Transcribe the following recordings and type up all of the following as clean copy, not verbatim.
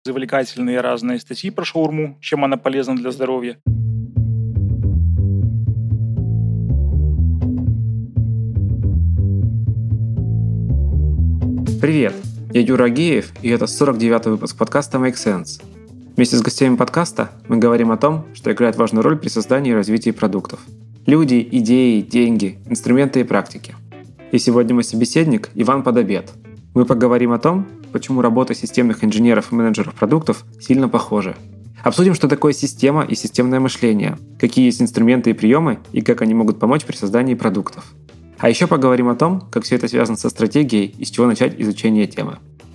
завлекательные разные статьи про шаурму, чем она полезна для здоровья. Привет, я Юра Агеев, и это 49-й выпуск подкаста Make Sense. Вместе с гостями подкаста мы говорим о том, что играет важную роль при создании и развитии продуктов. Люди, идеи, деньги, инструменты и практики. И сегодня мой собеседник Иван Подобед. Мы поговорим о том, почему работа системных инженеров и менеджеров продуктов сильно похожа. Обсудим, что такое система и системное мышление, какие есть инструменты и приемы, и как они могут помочь при создании продуктов. А еще поговорим о том, как все это связано со стратегией и с чего начать изучение темы.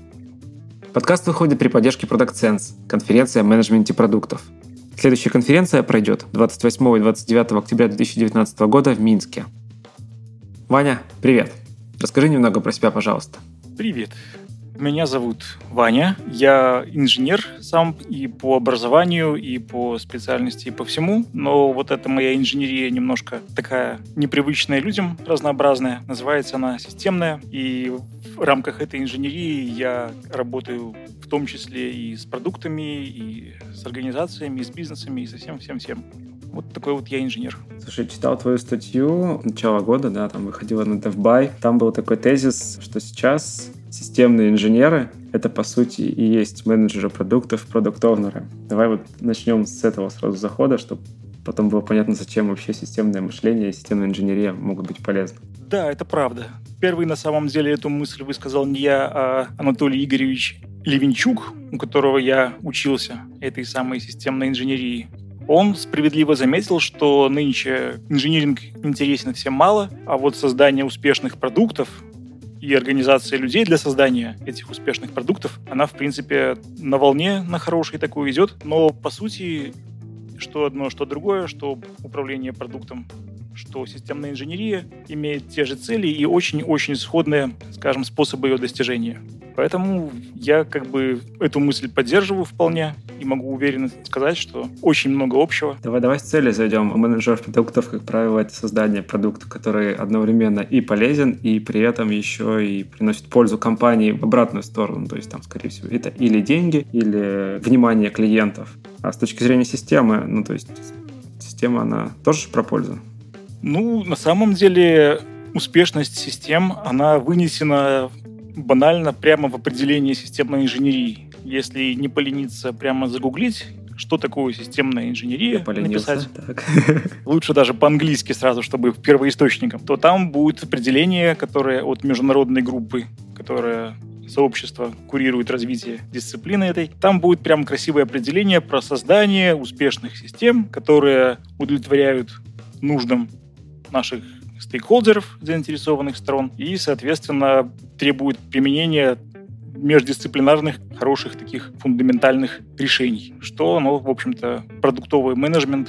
Подкаст выходит при поддержке Product Sense, конференция о менеджменте продуктов. Следующая конференция пройдет 28 и 29 октября 2019 года в Минске. Ваня, привет! Расскажи немного про себя, пожалуйста. Привет. Меня зовут Ваня. Я инженер сам и по образованию, и по специальности, и по всему. Но вот эта моя инженерия немножко такая непривычная людям, разнообразная. Называется она системная. И в рамках этой инженерии я работаю в том числе и с продуктами, и с организациями, и с бизнесами, и со всем-всем-всем. Вот такой вот я инженер. Слушай, читал твою статью начала года, да, там выходила на DevBuy. Там был такой тезис, что сейчас системные инженеры — это, по сути, и есть менеджеры продуктов, продукт-овнеры. Давай вот начнем с этого сразу захода, чтобы потом было понятно, зачем вообще системное мышление и системная инженерия могут быть полезны. Да, это правда. Первый, на самом деле, эту мысль высказал не я, а Анатолий Игоревич Левинчук, у которого я учился этой самой системной инженерии. Он справедливо заметил, что нынче инжиниринг интересен всем мало, а вот создание успешных продуктов и организация людей для создания этих успешных продуктов, она, в принципе, на волне, на хорошей такой идет. Но, по сути, что одно, что другое, что управление продуктом, что системная инженерия имеет те же цели и очень-очень сходные, скажем, способы ее достижения. Поэтому я эту мысль поддерживаю вполне и могу уверенно сказать, что очень много общего. Давай с цели зайдем. У менеджеров продуктов, как правило, это создание продукта, который одновременно и полезен, и при этом еще и приносит пользу компании в обратную сторону. То есть там, скорее всего, это или деньги, или внимание клиентов. А с точки зрения системы, то есть система, она тоже про пользу? На самом деле успешность систем, она вынесена банально прямо в определении системной инженерии. Если не полениться прямо загуглить, что такое системная инженерия, написать, лучше даже по-английски сразу, чтобы первоисточником, то там будет определение, которое от международной группы, которая сообщество курирует развитие дисциплины этой. Там будет прям красивое определение про создание успешных систем, которые удовлетворяют нуждам наших стейкхолдеров, заинтересованных сторон, и, соответственно, требует применения междисциплинарных, хороших таких фундаментальных решений, что, в общем-то, продуктовый менеджмент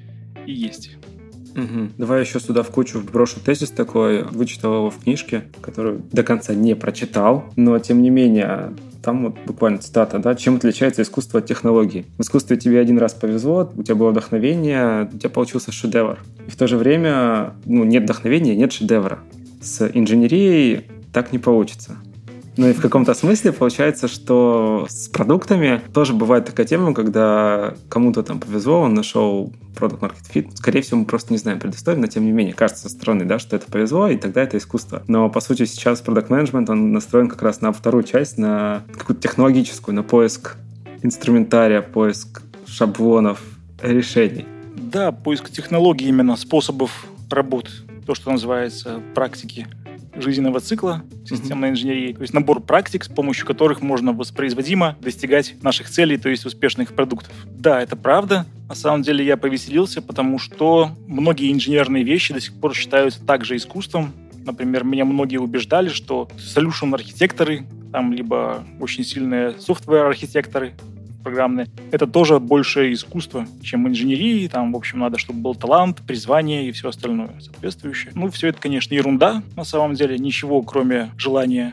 и есть. Угу. Давай еще сюда в кучу вброшу тезис такой. Вычитал его в книжке, которую до конца не прочитал, но, тем не менее, там вот буквально цитата, да, чем отличается искусство от технологии. В искусстве тебе один раз повезло, у тебя было вдохновение, у тебя получился шедевр. И в то же время, нет вдохновения, нет шедевра. С инженерией так не получится. И в каком-то смысле получается, что с продуктами тоже бывает такая тема, когда кому-то там повезло, он нашел product market fit. Скорее всего, мы просто не знаем предысторию, но тем не менее кажется со стороны, да, что это повезло, и тогда это искусство. Но по сути сейчас product management, он настроен как раз на вторую часть, на какую-то технологическую, на поиск инструментария, поиск шаблонов, решений. Да, поиск технологий, именно способов работы, то, что называется практики жизненного цикла системной инженерии, то есть набор практик, с помощью которых можно воспроизводимо достигать наших целей, то есть успешных продуктов. Да, это правда. На самом деле я повеселился, потому что многие инженерные вещи до сих пор считаются также искусством. Например, меня многие убеждали, что solution-архитекторы, либо очень сильные софтвер-архитекторы программные, это тоже больше искусство, чем инженерии. В общем, надо, чтобы был талант, призвание и все остальное соответствующее. Все это, конечно, ерунда на самом деле. Ничего, кроме желания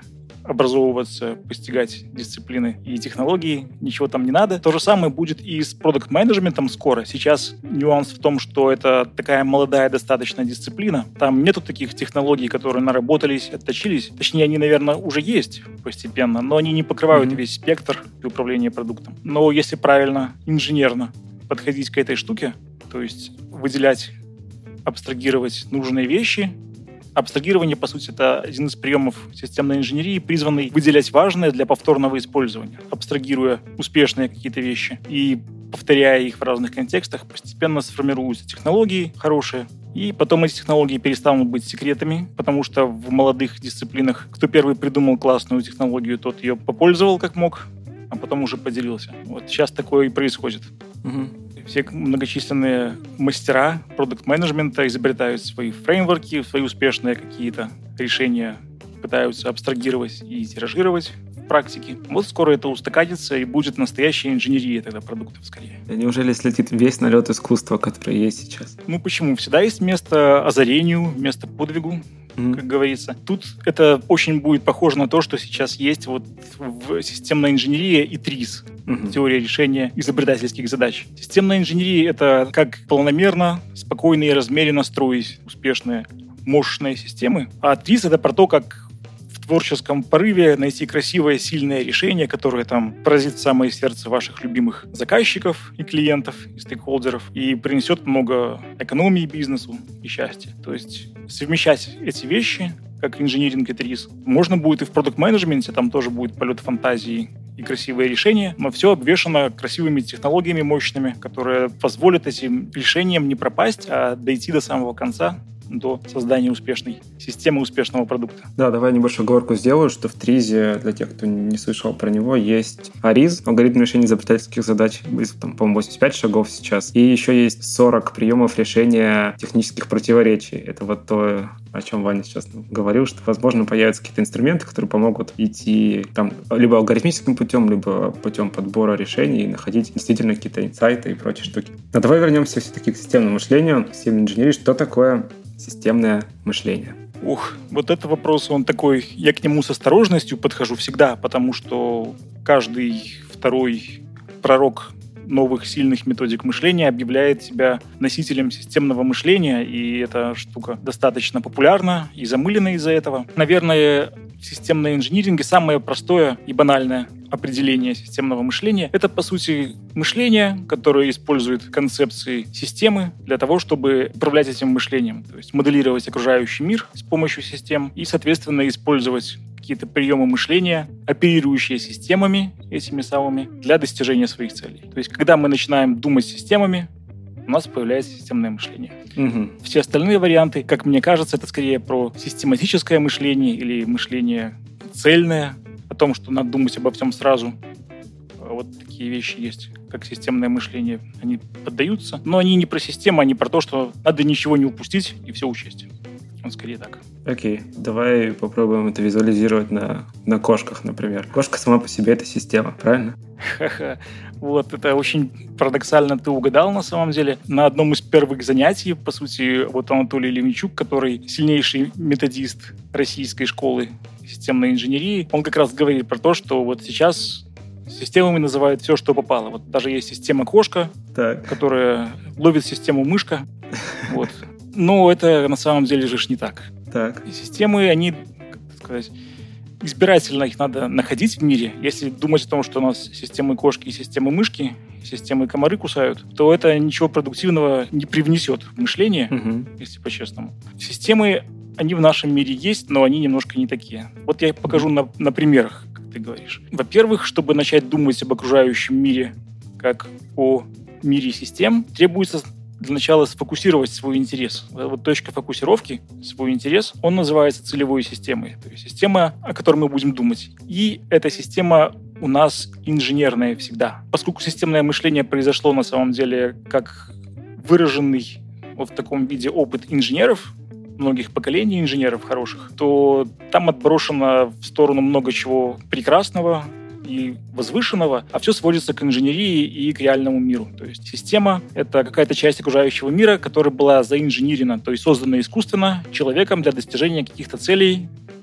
образовываться, постигать дисциплины и технологии, ничего там не надо. То же самое будет и с продакт-менеджментом скоро. Сейчас нюанс в том, что это такая молодая достаточно дисциплина. Там нету таких технологий, которые наработались, отточились. Точнее, они, наверное, уже есть постепенно, но они не покрывают весь спектр управления продуктом. Но если правильно, инженерно подходить к этой штуке, то есть выделять, абстрагировать нужные вещи. Абстрагирование, по сути, это один из приемов системной инженерии, призванный выделять важное для повторного использования. Абстрагируя успешные какие-то вещи и повторяя их в разных контекстах, постепенно сформируются технологии хорошие, и потом эти технологии перестанут быть секретами, потому что в молодых дисциплинах кто первый придумал классную технологию, тот ее попользовал как мог, а потом уже поделился. Вот сейчас такое и происходит. Все многочисленные мастера продакт-менеджмента изобретают свои фреймворки, свои успешные какие-то решения пытаются абстрагировать и тиражировать в практике. Вот скоро это устаканится и будет настоящая инженерия тогда продуктов скорее. Неужели слетит весь налет искусства, который есть сейчас? Ну почему? Всегда есть место озарению, место подвигу, как говорится. Тут это очень будет похоже на то, что сейчас есть вот в системной инженерии и ТРИЗ. Теория решения изобретательских задач. Системная инженерия — это как планомерно, спокойно и размеренно строить успешные, мощные системы. А ТРИЗ — это про то, как в творческом порыве найти красивое, сильное решение, которое там поразит в самое сердце ваших любимых заказчиков и клиентов, и стейкхолдеров, и принесет много экономии бизнесу и счастья. То есть совмещать эти вещи, как инжиниринг и ТРИЗ, можно будет и в продакт-менеджменте, там тоже будет полет фантазии и красивые решения, но все обвешано красивыми технологиями мощными, которые позволят этим решениям не пропасть, а дойти до самого конца, до создания успешной системы, успешного продукта. Да, давай небольшую оговорку сделаю, что в ТРИЗе, для тех, кто не слышал про него, есть АРИЗ, алгоритм решения изобретательских задач, там, по-моему, 85 шагов сейчас, и еще есть 40 приемов решения технических противоречий. Это вот то, о чем Ваня сейчас говорил, что, возможно, появятся какие-то инструменты, которые помогут идти там либо алгоритмическим путем, либо путем подбора решений и находить действительно какие-то инсайты и прочие штуки. Но давай вернемся все-таки к системному мышлению, к системной инженерии. Что такое системное мышление? Вот этот вопрос, он такой, я к нему с осторожностью подхожу всегда, потому что каждый второй пророк новых сильных методик мышления объявляет себя носителем системного мышления, и эта штука достаточно популярна и замылена из-за этого. Наверное, в системном инжиниринге самое простое и банальное определение системного мышления — это, по сути, мышление, которое использует концепции системы для того, чтобы управлять этим мышлением, то есть моделировать окружающий мир с помощью систем и, соответственно, использовать какие-то приемы мышления, оперирующие системами этими самыми, для достижения своих целей. То есть, когда мы начинаем думать системами, у нас появляется системное мышление. Все остальные варианты, как мне кажется, это скорее про систематическое мышление или мышление цельное, о том, что надо думать обо всем сразу. Вот такие вещи есть, как системное мышление. Они поддаются, но они не про систему, они про то, что надо ничего не упустить и все учесть. Вот скорее так. Окей, давай попробуем это визуализировать на кошках, например. Кошка сама по себе — это система, правильно? Вот, это очень парадоксально ты угадал на самом деле. На одном из первых занятий, по сути, вот Анатолий Левничук, который сильнейший методист российской школы системной инженерии, он как раз говорит про то, что вот сейчас системами называют все, что попало. Вот даже есть система кошка, которая ловит систему мышка. Вот. Но это на самом деле же не так. И системы, они, как сказать, избирательно их надо находить в мире. Если думать о том, что у нас системы кошки и системы мышки, системы комары кусают, то это ничего продуктивного не привнесет в мышление, если по-честному. Системы, они в нашем мире есть, но они немножко не такие. Вот я покажу на примерах, как ты говоришь. Во-первых, чтобы начать думать об окружающем мире как о мире систем, требуется для начала сфокусировать свой интерес. Вот точка фокусировки, свой интерес, он называется целевой системой. То есть система, о которой мы будем думать. И эта система у нас инженерная всегда. Поскольку системное мышление произошло на самом деле как выраженный вот в таком виде опыт инженеров, многих поколений инженеров хороших, то там отброшено в сторону много чего прекрасного и возвышенного, а все сводится к инженерии и к реальному миру. То есть система — это какая-то часть окружающего мира, которая была заинженерена, то есть создана искусственно человеком для достижения каких-то целей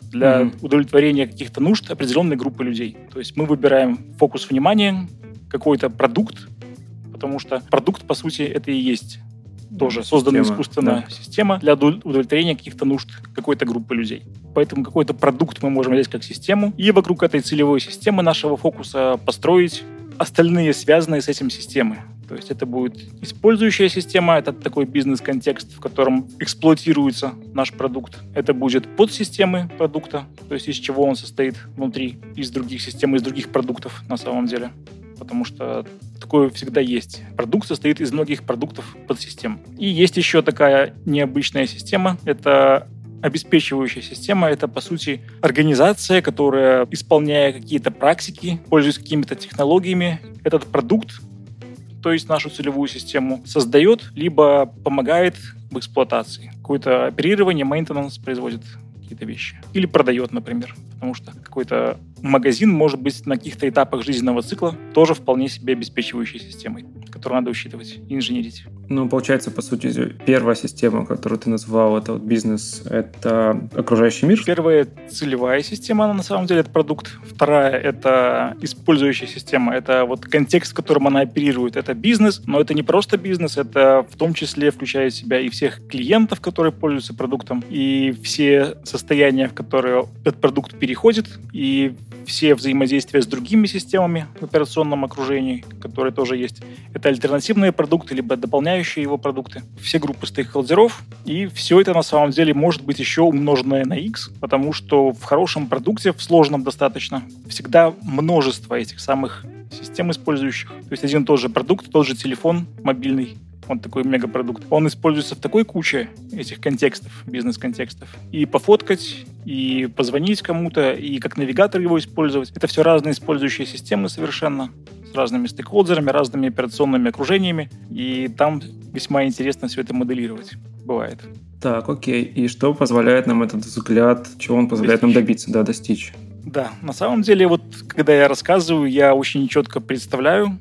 для удовлетворения каких-то нужд определенной группы людей. То есть мы выбираем фокус внимания, какой-то продукт, потому что продукт, по сути, это и есть тоже созданная искусственно система для удовлетворения каких-то нужд какой-то группы людей. Поэтому какой-то продукт мы можем взять как систему, и вокруг этой целевой системы нашего фокуса построить остальные связанные с этим системы. То есть это будет использующая система, это такой бизнес-контекст, в котором эксплуатируется наш продукт. Это будет подсистемы продукта, то есть из чего он состоит внутри, из других систем, из других продуктов на самом деле. Потому что такое всегда есть. Продукт состоит из многих продуктов подсистем. И есть еще такая необычная система, это обеспечивающая система. Это, по сути, организация, которая, исполняя какие-то практики, пользуясь какими-то технологиями, этот продукт, то есть нашу целевую систему, создает, либо помогает в эксплуатации. Какое-то оперирование, мейнтенанс производит какие-то вещи. Или продает, например. Потому что какой-то магазин может быть на каких-то этапах жизненного цикла тоже вполне себе обеспечивающей системой, которую надо учитывать и инженерить. Ну, получается, по сути, первая система, которую ты назвал, это вот бизнес, это окружающий мир? Первая целевая система, она на самом деле это продукт. Вторая — это использующая система. Это вот контекст, в котором она оперирует. Это бизнес, но это не просто бизнес, это в том числе включает в себя и всех клиентов, которые пользуются продуктом, и все состояния, в которые этот продукт переходит, и все взаимодействия с другими системами в операционном окружении, которые тоже есть. Это альтернативные продукты, либо дополняющие его продукты. Все группы стейкхолдеров. И все это на самом деле может быть еще умноженное на X, потому что в хорошем продукте, в сложном достаточно, всегда множество этих самых систем использующих. То есть один и тот же продукт, тот же телефон мобильный, он такой мегапродукт. Он используется в такой куче этих контекстов, бизнес-контекстов. И пофоткать, и позвонить кому-то, и как навигатор его использовать. Это все разные использующие системы совершенно, с разными стейкхолдерами, разными операционными окружениями. И там весьма интересно все это моделировать. Бывает. Так, окей. И что позволяет нам этот взгляд, чего он позволяет нам добиться, достичь? Да, на самом деле, вот когда я рассказываю, я очень четко представляю,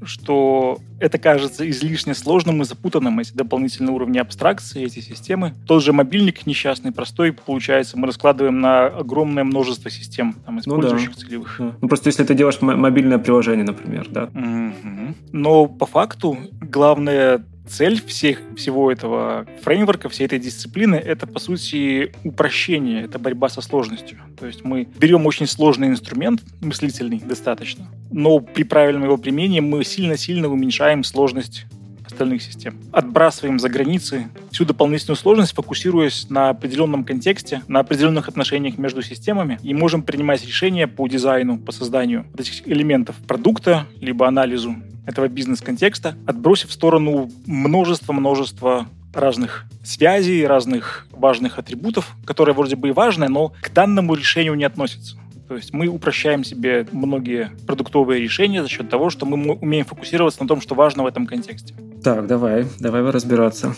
что это кажется излишне сложным и запутанным, эти дополнительные уровни абстракции, эти системы. Тот же мобильник несчастный, простой, получается, мы раскладываем на огромное множество систем, там, использующих целевых. Да. Ну, просто если ты делаешь мобильное приложение, например, да? Угу. Но по факту главная цель всего этого фреймворка, всей этой дисциплины, это, по сути, упрощение, это борьба со сложностью. То есть мы берем очень сложный инструмент, мыслительный достаточно, но при правильном его применении мы сильно-сильно уменьшаем сложность остальных систем. Отбрасываем за границы всю дополнительную сложность, фокусируясь на определенном контексте, на определенных отношениях между системами, и можем принимать решения по дизайну, по созданию вот этих элементов продукта, либо анализу этого бизнес-контекста, отбросив в сторону множество разных связей, разных важных атрибутов, которые вроде бы и важны, но к данному решению не относятся. То есть мы упрощаем себе многие продуктовые решения за счет того, что мы умеем фокусироваться на том, что важно в этом контексте. Так, давай разбираться.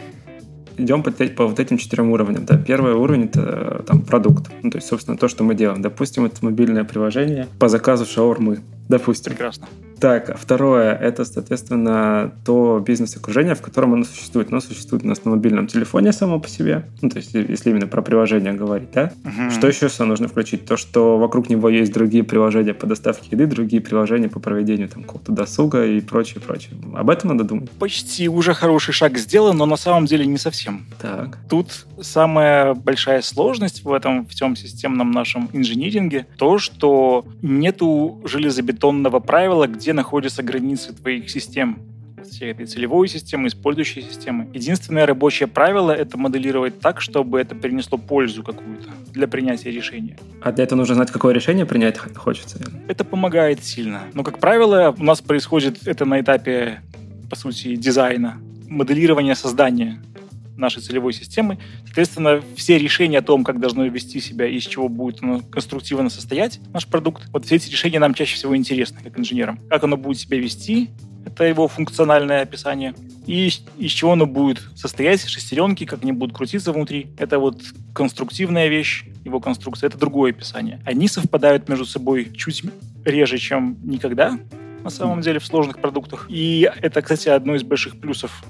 Идем по вот этим 4 уровням. Да. Первый уровень — это там, продукт. Ну, то есть, собственно, то, что мы делаем. Допустим, это мобильное приложение по заказу шаурмы. Допустим. Прекрасно. Так, второе — это, соответственно, то бизнес-окружение, в котором оно существует. Оно существует у нас на мобильном телефоне само по себе. Ну, то есть, если именно про приложение говорить, да? Что еще сюда нужно включить? То, что вокруг него есть другие приложения по доставке еды, другие приложения по проведению там какого-то досуга и прочее. Об этом надо думать? Почти уже хороший шаг сделан, но на самом деле не совсем. Так. Тут самая большая сложность в этом всем системном нашем инжиниринге то, что нету железобетонного правила, где находятся границы твоих систем, всей этой целевой системы, использующей системы. Единственное рабочее правило — это моделировать так, чтобы это принесло пользу какую-то для принятия решения. А для этого нужно знать, какое решение принять хочется? Это помогает сильно. Но, как правило, у нас происходит это на этапе, по сути, дизайна, моделирования, создания нашей целевой системы. Соответственно, все решения о том, как должно вести себя и из чего будет конструктивно состоять наш продукт, вот все эти решения нам чаще всего интересны, как инженерам. Как оно будет себя вести, это его функциональное описание, и из чего оно будет состоять, шестеренки, как они будут крутиться внутри. Это вот конструктивная вещь, его конструкция, это другое описание. Они совпадают между собой чуть реже, чем никогда, на самом деле, в сложных продуктах. И это, кстати, один из больших плюсов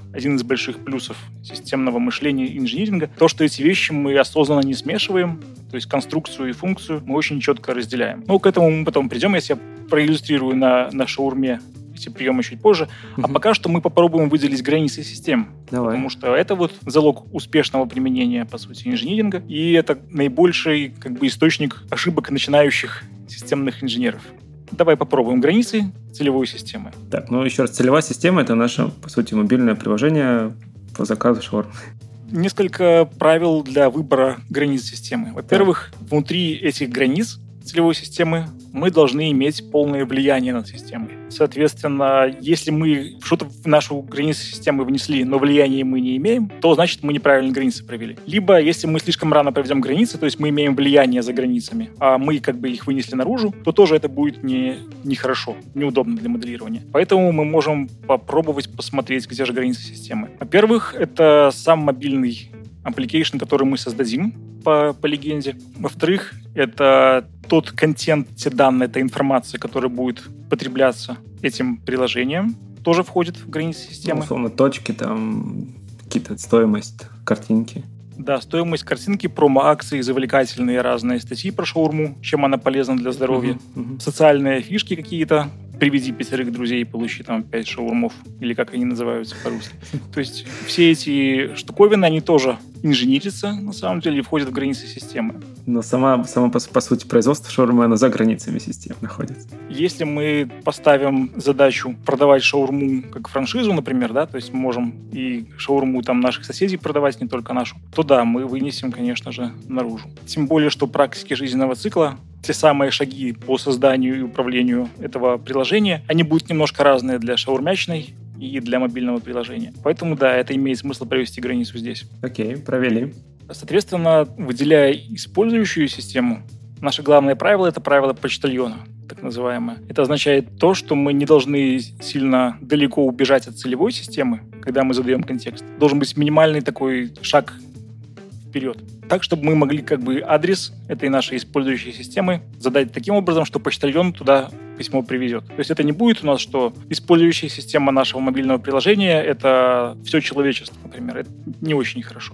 системного мышления и инжиниринга. То, что эти вещи мы осознанно не смешиваем, то есть конструкцию и функцию мы очень четко разделяем. К этому мы потом придем, я себе проиллюстрирую на шаурме эти приемы чуть позже. А пока что мы попробуем выделить границы систем. Давай. Потому что это залог успешного применения, по сути, инжиниринга. И это наибольший источник ошибок начинающих системных инженеров. Давай попробуем границы целевой системы. Так, еще раз, целевая система — это наше, по сути, мобильное приложение по заказу шаурмы. Несколько правил для выбора границ системы. Во-первых, внутри этих границ целевой системы мы должны иметь полное влияние над системой. Соответственно, если мы что-то в нашу границу системы внесли, но влияния мы не имеем, то значит мы неправильно границы провели. Либо, если мы слишком рано проведем границы, то есть мы имеем влияние за границами, а мы их вынесли наружу, то тоже это будет нехорошо, неудобно для моделирования. Поэтому мы можем попробовать посмотреть, где же границы системы. Во-первых, это сам мобильный application, который мы создадим по легенде. Во-вторых, это тот контент, те данные, та информация, которая будет потребляться этим приложением, тоже входит в границы системы. Условно, точки, какие-то стоимость, картинки. Да, стоимость картинки, промо-акции, завлекательные разные статьи про шаурму, чем она полезна для здоровья. Социальные фишки какие-то. Приведи 5 друзей и получи 5 шаурмов, или как они называются по-русски. То есть все эти штуковины, они тоже инжинирятся, на самом деле, и входят в границы системы. Но сама по сути, производство шаурмы, оно за границами системы находится. Если мы поставим задачу продавать шаурму как франшизу, например, то есть мы можем и шаурму наших соседей продавать, не только нашу, то да, мы вынесем, конечно же, наружу. Тем более, что практики жизненного цикла, те самые шаги по созданию и управлению этого приложения, они будут немножко разные для шаурмячной и для мобильного приложения. Поэтому, да, это имеет смысл провести границу здесь. Окей, провели. Соответственно, выделяя использующую систему, наше главное правило — это правило почтальона, так называемое. Это означает то, что мы не должны сильно далеко убежать от целевой системы, когда мы задаем контекст. Должен быть минимальный такой шаг вперед. Так, чтобы мы могли адрес этой нашей использующей системы задать таким образом, что почтальон туда письмо привезет. То есть это не будет у нас, что использующая система нашего мобильного приложения — это все человечество, например. Это не очень хорошо.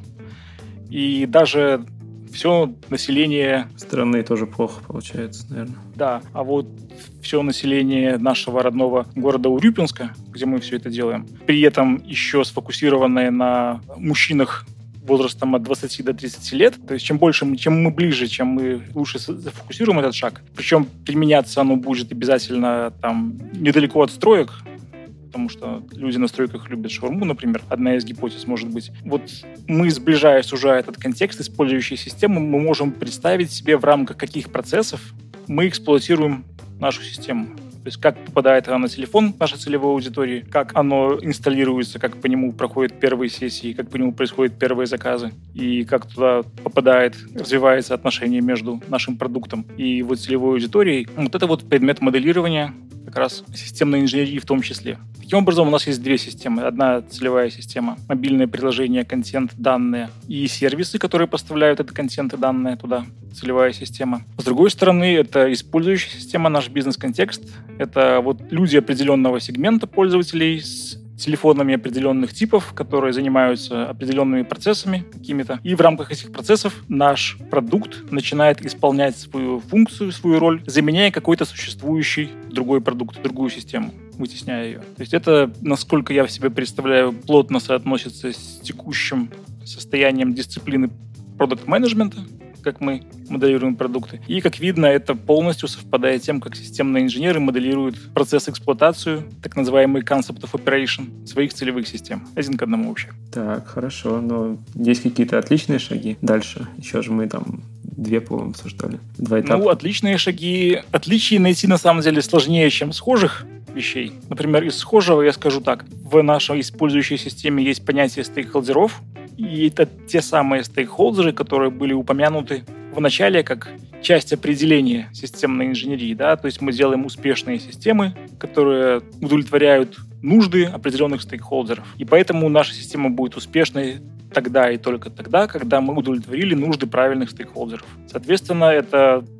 И даже все население... Страны тоже плохо получается, наверное. Да, а вот все население нашего родного города Урюпинска, где мы все это делаем, при этом еще сфокусированное на мужчинах возрастом от 20 до 30 лет. То есть чем мы ближе, чем мы лучше зафокусируем этот шаг. Причем применяться оно будет обязательно недалеко от строек, потому что люди на стройках любят шаурму, например. Одна из гипотез может быть. Вот мы, сужая этот контекст использующей системы, мы можем представить себе, в рамках каких процессов мы эксплуатируем нашу систему. То есть как попадает она на телефон нашей целевой аудитории, как оно инсталируется, как по нему проходят первые сессии, как по нему происходят первые заказы, и как туда попадает, развивается отношение между нашим продуктом и целевой аудиторией. Вот это предмет моделирования как раз системной инженерии в том числе. Таким образом, у нас есть две системы. Одна целевая система — мобильное приложение, контент, данные и сервисы, которые поставляют этот контент и данные туда. Целевая система. С другой стороны, это использующая система, наш бизнес-контекст. Это люди определенного сегмента пользователей с телефонами определенных типов, которые занимаются определенными процессами какими-то. И в рамках этих процессов наш продукт начинает исполнять свою функцию, свою роль, заменяя какой-то существующий другой продукт, другую систему, вытесняя ее. То есть это, насколько я себе представляю, плотно соотносится с текущим состоянием дисциплины продакт-менеджмента, как мы моделируем продукты. И, как видно, это полностью совпадает с тем, как системные инженеры моделируют процесс эксплуатацию, так называемый concept of operation, своих целевых систем. 1 к 1 вообще. Так, хорошо. Но есть какие-то отличные шаги дальше? Еще же мы 2, по-моему, обсуждали. 2 этапа. Отличные шаги. Отличий найти, на самом деле, сложнее, чем схожих вещей. Например, из схожего я скажу так. В нашей использующей системе есть понятие стейкхолдеров. И это те самые стейкхолдеры, которые были упомянуты в начале как часть определения системной инженерии. Да? То есть мы делаем успешные системы, которые удовлетворяют нужды определенных стейкхолдеров. И поэтому наша система будет успешной тогда и только тогда, когда мы удовлетворили нужды правильных стейкхолдеров. Соответственно, это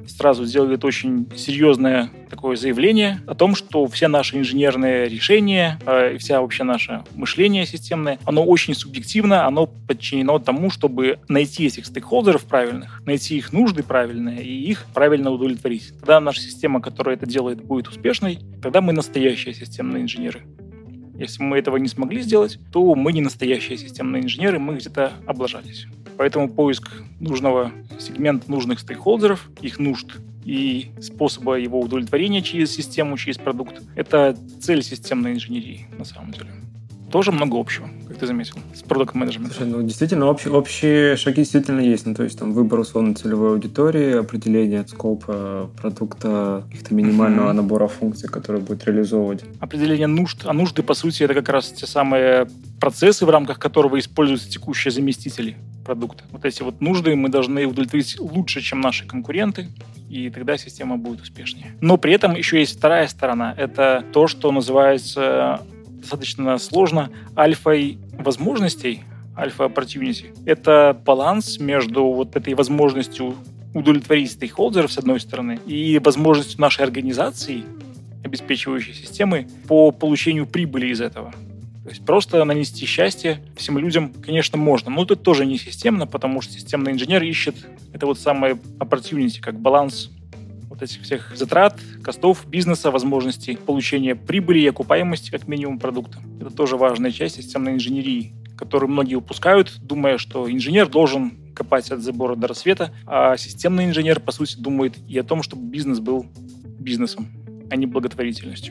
сразу сделает очень серьезное такое заявление о том, что все наши инженерные решения и вся вообще наше мышление системное, оно очень субъективно, оно подчинено тому, чтобы найти этих стейкхолдеров правильных, найти их нужды правильные и их правильно удовлетворить. Тогда наша система, которая это делает, будет успешной, тогда мы настоящие системные инженеры. Если мы этого не смогли сделать, то мы не настоящие системные инженеры, мы где-то облажались. Поэтому поиск нужного сегмента, нужных стейкхолдеров, их нужд и способа его удовлетворения через систему, через продукт – это цель системной инженерии на самом деле. Тоже много общего, как ты заметил, с продакт-менеджментом. Слушай, действительно, общие шаги действительно есть. То есть там выбор условно целевой аудитории, определение скопа продукта, каких-то минимального набора функций, которые будет реализовывать. Определение нужд. А нужды, по сути, это как раз те самые процессы, в рамках которого используются текущие заместители продукта. Вот эти вот нужды мы должны удовлетворить лучше, чем наши конкуренты, и тогда система будет успешнее. Но при этом еще есть вторая сторона. Это то, что называется достаточно сложно альфой возможностей, альфа-opportunity. Это баланс между вот этой возможностью удовлетворить стейкхолдеров, с одной стороны, и возможностью нашей организации, обеспечивающей системы, по получению прибыли из этого. То есть просто нанести счастье всем людям, конечно, можно. Но это тоже не системно, потому что системный инженер ищет это вот самое opportunity, как баланс вот этих всех затрат, костов, бизнеса, возможностей получения прибыли и окупаемости как минимум продукта. Это тоже важная часть системной инженерии, которую многие упускают, думая, что инженер должен копать от забора до рассвета, а системный инженер, по сути, думает и о том, чтобы бизнес был бизнесом, а не благотворительностью.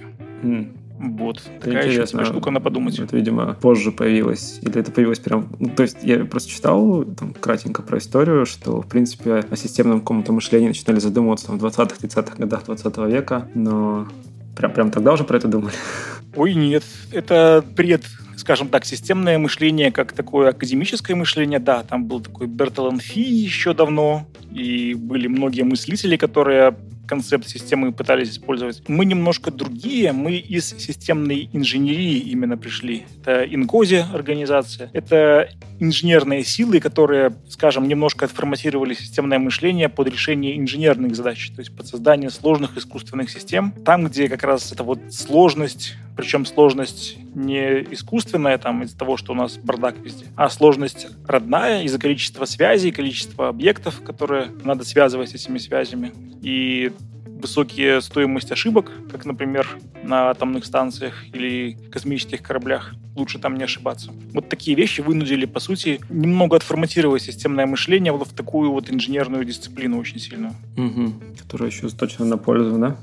Вот. Такая еще тебе штука на подумать. Это, видимо, позже появилось. Или это появилось прям... то есть я просто читал там, кратенько про историю, что, в принципе, о системном каком-то мышлении начинали задумываться в 20-30-х годах 20 века, но прям тогда уже про это думали. Ой, нет. Это скажем так, системное мышление, как такое академическое мышление. Да, там был такой Бертоланд Фи еще давно, и были многие мыслители, которые концепт системы пытались использовать. Мы немножко другие, мы из системной инженерии именно пришли. Это Инкози организация, это инженерные силы, которые, скажем, немножко отформатировали системное мышление под решение инженерных задач, то есть под создание сложных искусственных систем. Там, где как раз эта вот сложность, причем сложность не искусственная, там, из-за того, что у нас бардак везде, а сложность родная из-за количества связей, количества объектов, которые надо связывать с этими связями. И высокие стоимость ошибок, как, например, на атомных станциях или космических кораблях. Лучше там не ошибаться. Вот такие вещи вынудили, по сути, немного отформатировать системное мышление в такую вот инженерную дисциплину очень сильную. Которая еще точно на пользу, да?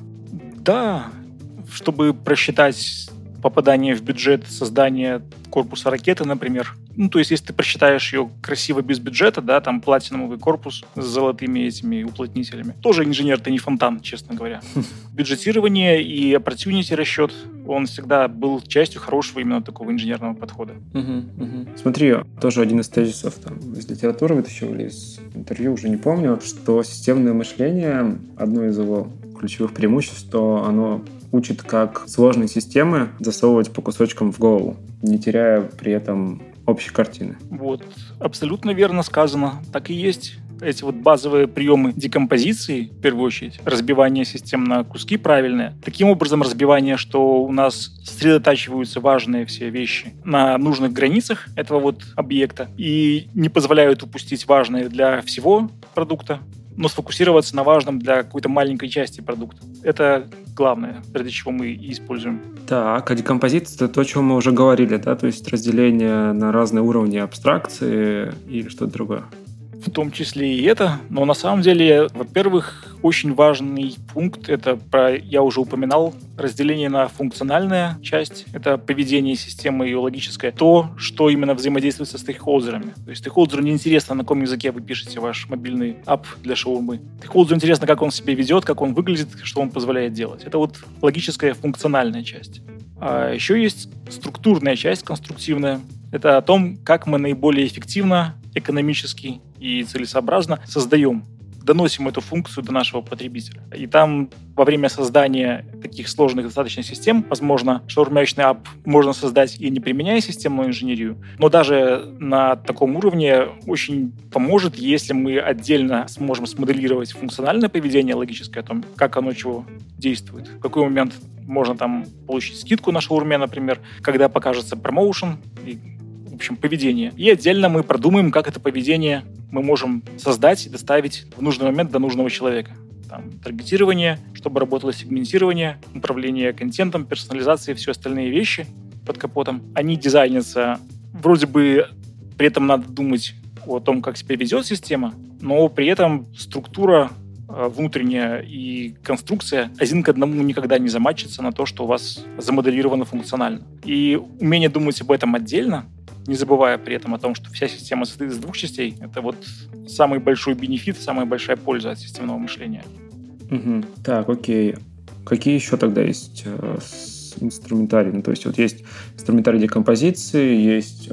Да. Чтобы просчитать попадание в бюджет создания корпуса ракеты, например. То есть, если ты просчитаешь ее красиво без бюджета, да, там платиновый корпус с золотыми этими уплотнителями. Тоже инженер-то не фонтан, честно говоря. Бюджетирование и opportunity расчет, он всегда был частью хорошего именно такого инженерного подхода. Смотри, тоже один из тезисов там, из литературы вытащил или из интервью, уже не помню, что системное мышление, одно из его ключевых преимуществ, что оно учит, как сложные системы засовывать по кусочкам в голову, не теряя при этом общей картины. Вот, абсолютно верно сказано. Так и есть. Эти вот базовые приемы декомпозиции, в первую очередь, разбивание систем на куски правильные. Таким образом, разбивание, что у нас сосредотачиваются важные все вещи на нужных границах этого вот объекта и не позволяют упустить важное для всего продукта, но сфокусироваться на важном для какой-то маленькой части продукта. Это главное, ради чего мы и используем. Так, а декомпозиция — это то, о чем мы уже говорили, да? То есть разделение на разные уровни абстракции или что-то другое? В том числе и это. Но на самом деле, во-первых, очень важный пункт, это я уже упоминал, разделение на функциональная часть, это поведение системы, ее логическое, то, что именно взаимодействует со стейкхолдерами. То есть стейкхолдеру не интересно, на каком языке вы пишете ваш мобильный ап для шаурмы. Стейкхолдеру интересно, как он себя ведет, как он выглядит, что он позволяет делать. Это вот логическая функциональная часть. А еще есть структурная часть, конструктивная. Это о том, как мы наиболее эффективно, экономически и целесообразно создаем доносим эту функцию до нашего потребителя. И там во время создания таких сложных достаточно систем, возможно, шаурмячный ап можно создать и не применяя системную инженерию, но даже на таком уровне очень поможет, если мы отдельно сможем смоделировать функциональное поведение логическое, о том, как оно чего действует, в какой момент можно там получить скидку на шаурме, например, когда покажется промоушен, и, в общем, поведение. И отдельно мы продумаем, как это поведение мы можем создать и доставить в нужный момент до нужного человека. Там, таргетирование, чтобы работало сегментирование, управление контентом, персонализация и все остальные вещи под капотом. Они дизайнятся, вроде бы при этом надо думать о том, как себя ведет система, но при этом структура внутренняя и конструкция один к одному никогда не заматчится на то, что у вас замоделировано функционально. И умение думать об этом отдельно, не забывая при этом о том, что вся система состоит из двух частей, это вот самый большой бенефит, самая большая польза от системного мышления. Угу. Так, окей. Какие еще тогда есть инструментарий? Ну, то есть вот есть инструментарий декомпозиции, есть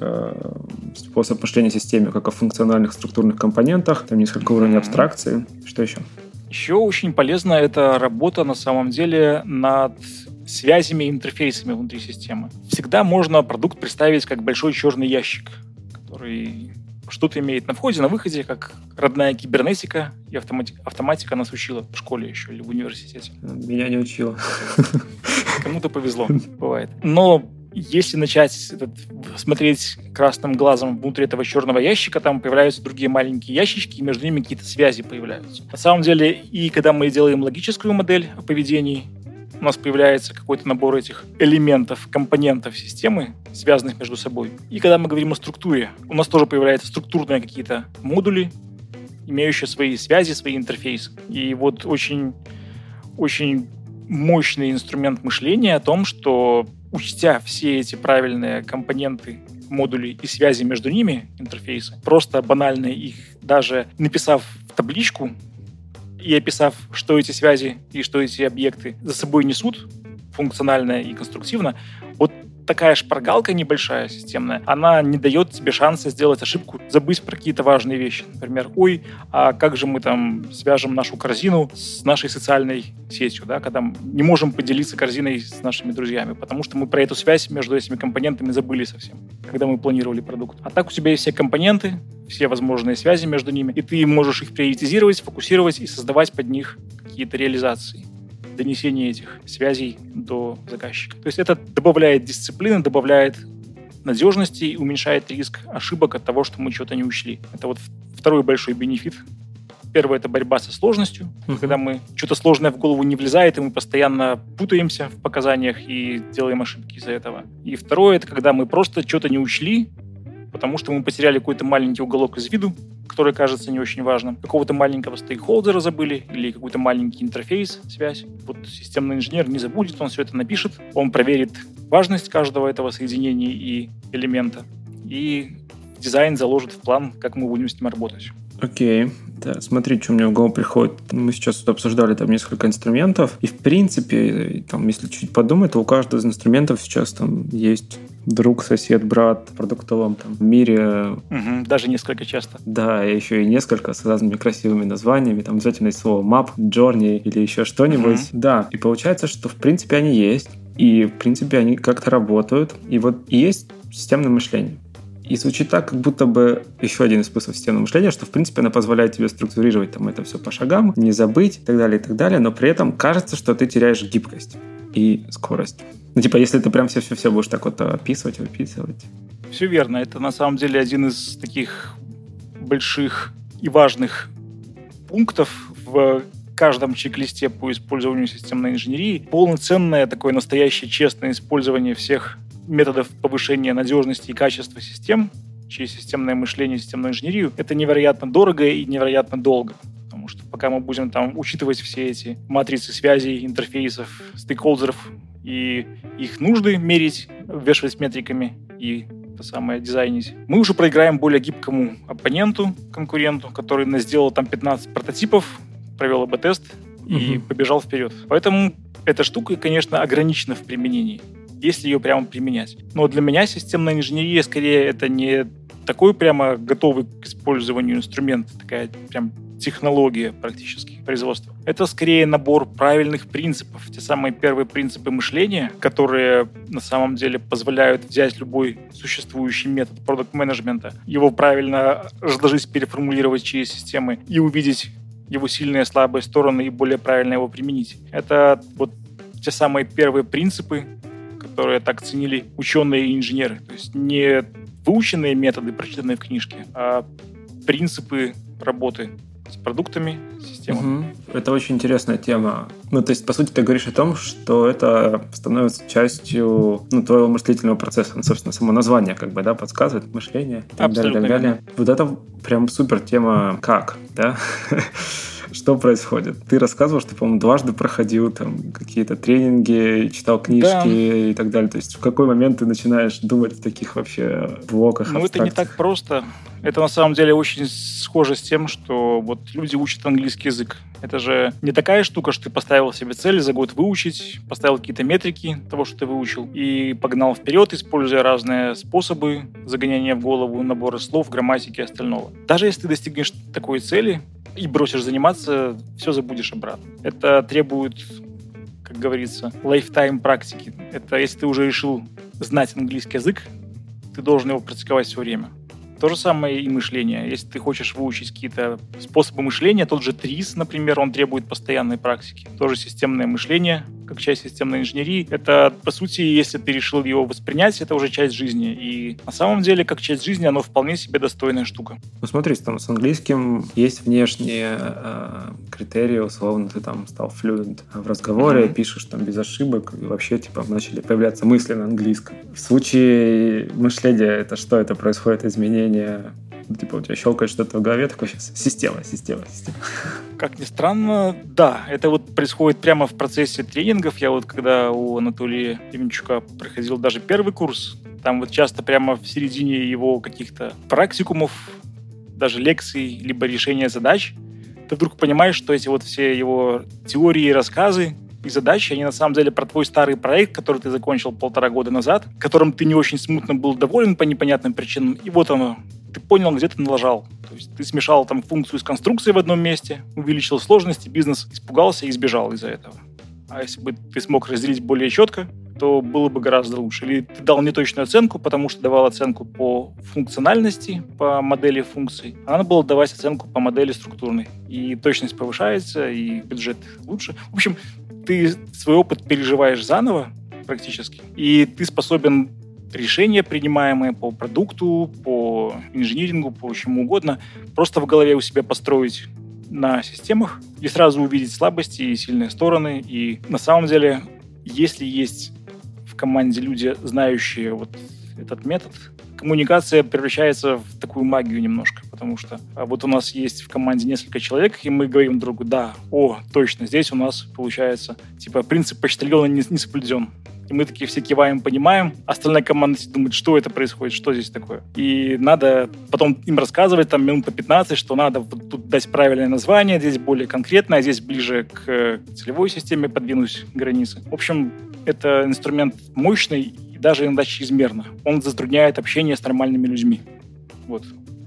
способ мышления о системе как о функциональных структурных компонентах, там несколько уровней абстракции. Что еще? Еще очень полезна эта работа на самом деле над связями и интерфейсами внутри системы. Всегда можно продукт представить как большой черный ящик, который что-то имеет на входе, на выходе, как родная кибернетика и автоматика нас учила в школе еще или в университете. Меня не учила. Кому-то повезло, бывает. Но если начать смотреть красным глазом внутри этого черного ящика, там появляются другие маленькие ящички, и между ними какие-то связи появляются. На самом деле, и когда мы делаем логическую модель о поведении, у нас появляется какой-то набор этих элементов, компонентов системы, связанных между собой. И когда мы говорим о структуре, у нас тоже появляются структурные какие-то модули, имеющие свои связи, свои интерфейсы. И вот очень, очень мощный инструмент мышления о том, что учтя все эти правильные компоненты, модули и связи между ними, интерфейсы, просто банально их даже написав в табличку и описав, что эти связи и что эти объекты за собой несут, функционально и конструктивно, вот такая шпаргалка небольшая, системная, она не дает тебе шанса сделать ошибку, забыть про какие-то важные вещи. Например, а как же мы там свяжем нашу корзину с нашей социальной сетью, да, когда мы не можем поделиться корзиной с нашими друзьями, потому что мы про эту связь между этими компонентами забыли совсем, когда мы планировали продукт. А так у тебя есть все компоненты, все возможные связи между ними, и ты можешь их приоритизировать, фокусировать и создавать под них какие-то реализации, донесение этих связей до заказчика. То есть это добавляет дисциплины, добавляет надежности и уменьшает риск ошибок от того, что мы что-то не учли. Это вот второй большой бенефит. Первое — это борьба со сложностью, когда мы что-то сложное в голову не влезает, и мы постоянно путаемся в показаниях и делаем ошибки из-за этого. И второе — это когда мы просто что-то не учли, потому что мы потеряли какой-то маленький уголок из виду, который кажется не очень важным. Какого-то маленького стейкхолдера забыли или какой-то маленький интерфейс, связь. Вот системный инженер не забудет, он все это напишет, он проверит важность каждого этого соединения и элемента, и дизайн заложит в план, как мы будем с ним работать. Окей. Да, смотри, что мне в голову приходит. Мы сейчас тут обсуждали там несколько инструментов, и в принципе, там, если чуть подумать, то у каждого из инструментов сейчас там есть друг, сосед, брат в продуктовом там мире. Даже несколько часто. Да, и еще и несколько с разными красивыми названиями. Там обязательно есть слово map, journey или еще что-нибудь. Да, и получается, что в принципе они есть, и в принципе они как-то работают. И вот есть системное мышление. И звучит так, как будто бы еще один из способов системного мышления, что, в принципе, она позволяет тебе структурировать там это все по шагам, не забыть и так далее, но при этом кажется, что ты теряешь гибкость и скорость. Ну, типа, если ты прям все будешь так вот описывать, выписывать. Все верно. Это, на самом деле, один из таких больших и важных пунктов в каждом чек-листе по использованию системной инженерии. Полноценное, такое настоящее, честное использование всех методов повышения надежности и качества систем, через системное мышление, системную инженерию, это невероятно дорого и невероятно долго. Потому что пока мы будем там учитывать все эти матрицы связей, интерфейсов, стейкхолдеров и их нужды мерить, вешать метриками и то самое дизайнить, мы уже проиграем более гибкому оппоненту, конкуренту, который сделал там 15 прототипов, провел АБ-тест и побежал вперед. Поэтому эта штука, конечно, ограничена в применении, если ее прямо применять. Но для меня системная инженерия, скорее, это не такой прямо готовый к использованию инструмент, такая прям технология практически производства. Это скорее набор правильных принципов, те самые первые принципы мышления, которые на самом деле позволяют взять любой существующий метод продакт-менеджмента, его правильно разложить, переформулировать через системы и увидеть его сильные и слабые стороны и более правильно его применить. Это вот те самые первые принципы, которые так ценили ученые и инженеры. То есть не выученные методы, прочитанные в книжке, а принципы работы с продуктами, системами. Это очень интересная тема. Ну, то есть, по сути, ты говоришь о том, что это становится частью твоего мыслительного процесса. Ну, собственно, само название подсказывает мышление и так далее, так далее. Вот это прям супер тема «как», да? Что происходит? Ты рассказывал, что, по-моему, дважды проходил там какие-то тренинги, читал книжки и так далее. То есть в какой момент ты начинаешь думать в таких вообще блоках, абстракциях? Это не так просто. Это на самом деле очень схоже с тем, что вот люди учат английский язык. Это же не такая штука, что ты поставил себе цель за год выучить, поставил какие-то метрики того, что ты выучил, и погнал вперед, используя разные способы загоняния в голову, набора слов, грамматики и остального. Даже если ты достигнешь такой цели и бросишь заниматься, все забудешь обратно. Это требует, как говорится, lifetime практики. Это если ты уже решил знать английский язык, ты должен его практиковать все время. То же самое и мышление. Если ты хочешь выучить какие-то способы мышления, тот же ТРИС, например, он требует постоянной практики. Тоже системное мышление, как часть системной инженерии. Это, по сути, если ты решил его воспринять, это уже часть жизни. И на самом деле, как часть жизни, оно вполне себе достойная штука. Ну, смотри, там с английским есть внешние критерии, условно, ты там стал fluent в разговоре, пишешь там без ошибок, и вообще, начали появляться мысли на английском. В случае мышления, это что? Это происходит изменение? У тебя щелкает что-то в голове, такое сейчас система. Как ни странно, да, это вот происходит прямо в процессе тренингов. Я вот когда у Анатолия Деменчука проходил даже первый курс, там вот часто прямо в середине его каких-то практикумов, даже лекций, либо решения задач, ты вдруг понимаешь, что эти вот все его теории, рассказы и задачи, они на самом деле про твой старый проект, который ты закончил 1,5 года назад, которым ты не очень смутно был доволен по непонятным причинам, и вот оно. Ты понял, где ты налажал. То есть ты смешал там функцию с конструкцией в одном месте, увеличил сложности, бизнес испугался и сбежал из-за этого. А если бы ты смог разделить более четко, то было бы гораздо лучше. Или ты дал неточную оценку, потому что давал оценку по функциональности, по модели функций. А надо было давать оценку по модели структурной. И точность повышается, и бюджет лучше. В общем, ты свой опыт переживаешь заново практически, и ты способен решения, принимаемые по продукту, по инжинирингу, по чему угодно, просто в голове у себя построить на системах и сразу увидеть слабости и сильные стороны. И на самом деле, если есть в команде люди, знающие вот этот метод, коммуникация превращается в такую магию немножко, потому что вот у нас есть в команде несколько человек, и мы говорим друг другу: да, точно, здесь у нас получается, принцип почтальона не соблюден. И мы такие все киваем, понимаем. Остальная команда думает, что это происходит, что здесь такое. И надо потом им рассказывать там минут по 15, что надо вот тут дать правильное название, здесь более конкретно, а здесь ближе к целевой системе подвинуть границы. В общем, это инструмент мощный и даже иногда чрезмерно. Он затрудняет общение с нормальными людьми. Вот.